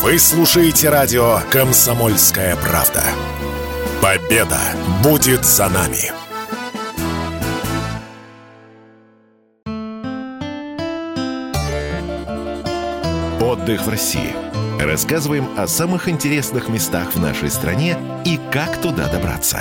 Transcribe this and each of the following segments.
Вы слушаете радио «Комсомольская правда». Победа будет за нами. Отдых в России. Рассказываем о самых интересных местах в нашей стране и как туда добраться.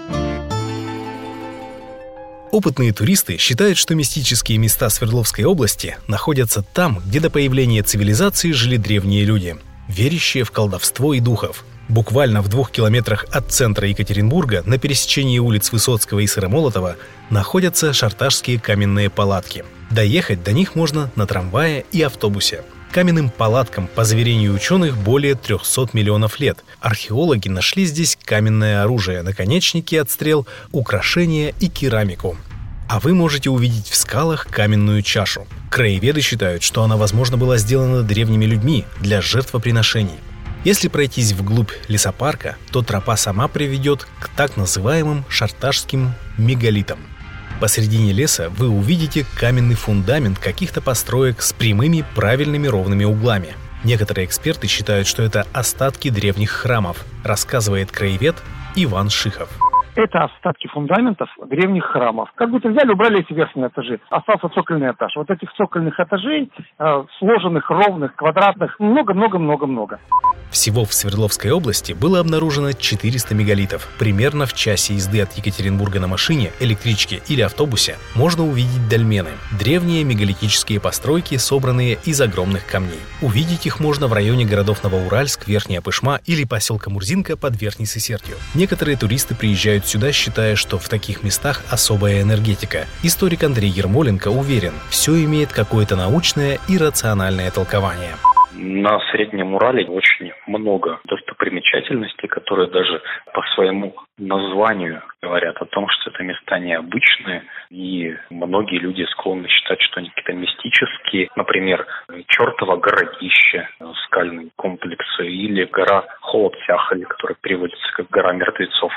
Опытные туристы считают, что мистические места Свердловской области находятся там, где до появления цивилизации жили древние люди, верящие в колдовство и духов. Буквально в 2 километрах от центра Екатеринбурга, на пересечении улиц Высоцкого и Сыромолотова, находятся шарташские каменные палатки. Доехать до них можно на трамвае и автобусе. Каменным палаткам, по заверению ученых, более 300 миллионов лет. Археологи нашли здесь каменное оружие, наконечники от стрел, украшения и керамику. А вы можете увидеть в скалах каменную чашу. Краеведы считают, что она, возможно, была сделана древними людьми для жертвоприношений. Если пройтись вглубь лесопарка, то тропа сама приведет к так называемым шарташским мегалитам. Посредине леса вы увидите каменный фундамент каких-то построек с прямыми, правильными, ровными углами. Некоторые эксперты считают, что это остатки древних храмов, рассказывает краевед Иван Шихов. Это остатки фундаментов древних храмов. Как будто взяли, убрали эти верхние этажи. Остался цокольный этаж. Вот этих цокольных этажей, сложенных, ровных, квадратных, много. Всего в Свердловской области было обнаружено 400 мегалитов. Примерно в часе езды от Екатеринбурга на машине, электричке или автобусе можно увидеть дольмены – древние мегалитические постройки, собранные из огромных камней. Увидеть их можно в районе городов Новоуральск, Верхняя Пышма или поселка Мурзинка под Верхней Сысертью. Некоторые туристы приезжают сюда, считая, что в таких местах особая энергетика. Историк Андрей Ермоленко уверен, все имеет какое-то научное и рациональное толкование. На Среднем Урале очень много достопримечательностей, которые даже по своему названию говорят о том, что это места необычные, и многие люди склонны считать, что они какие-то мистические. Например, Чертово городище, скальный комплекс, или гора Холод-Сяхаль, которая переводится как гора мертвецов.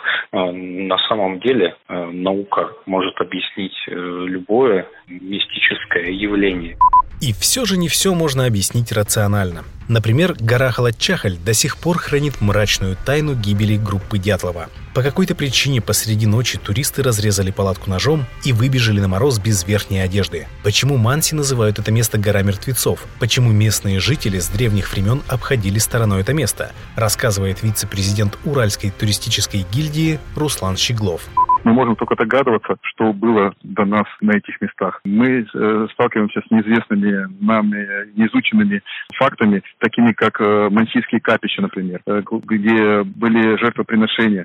На самом деле наука может объяснить любое мистическое явление. И все же не все можно объяснить рационально. Например, гора Холод-Чахаль до сих пор хранит мрачную тайну гибели группы Дятлова. По какой-то причине посреди ночи туристы разрезали палатку ножом и выбежали на мороз без верхней одежды. Почему манси называют это место гора мертвецов? Почему местные жители с древних времен обходили стороной это место? Рассказывает вице-президент Уральской туристической гильдии Руслан Щеглов. Мы можем только догадываться, что было до нас на этих местах. Мы сталкиваемся с неизвестными нами, неизученными фактами, такими как мансийские капища, например, где были жертвоприношения,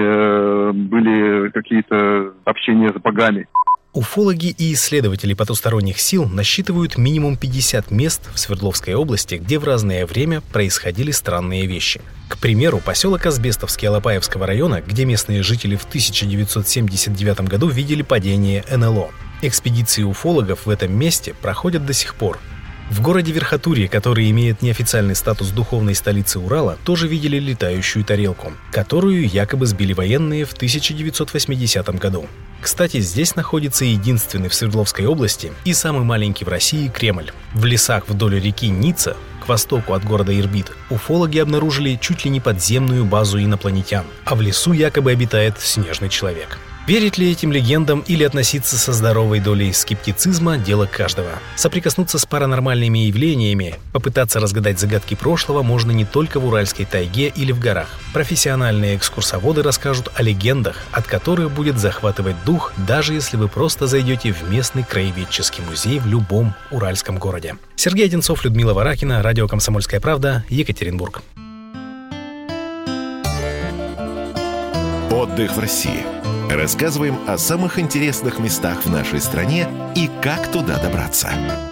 где были какие-то общения с богами. Уфологи и исследователи потусторонних сил насчитывают минимум 50 мест в Свердловской области, где в разное время происходили странные вещи. К примеру, поселок Асбестовский Алапаевского района, где местные жители в 1979 году видели падение НЛО. Экспедиции уфологов в этом месте проходят до сих пор. В городе Верхотурье, который имеет неофициальный статус духовной столицы Урала, тоже видели летающую тарелку, которую якобы сбили военные в 1980 году. Кстати, здесь находится единственный в Свердловской области и самый маленький в России Кремль. В лесах вдоль реки Ница, к востоку от города Ирбит, уфологи обнаружили чуть ли не подземную базу инопланетян, а в лесу якобы обитает снежный человек. Верить ли этим легендам или относиться со здоровой долей скептицизма – дело каждого. Соприкоснуться с паранормальными явлениями, попытаться разгадать загадки прошлого можно не только в Уральской тайге или в горах. Профессиональные экскурсоводы расскажут о легендах, от которых будет захватывать дух, даже если вы просто зайдете в местный краеведческий музей в любом уральском городе. Сергей Одинцов, Людмила Варакина, радио «Комсомольская правда», Екатеринбург. Отдых в России. Рассказываем о самых интересных местах в нашей стране и как туда добраться.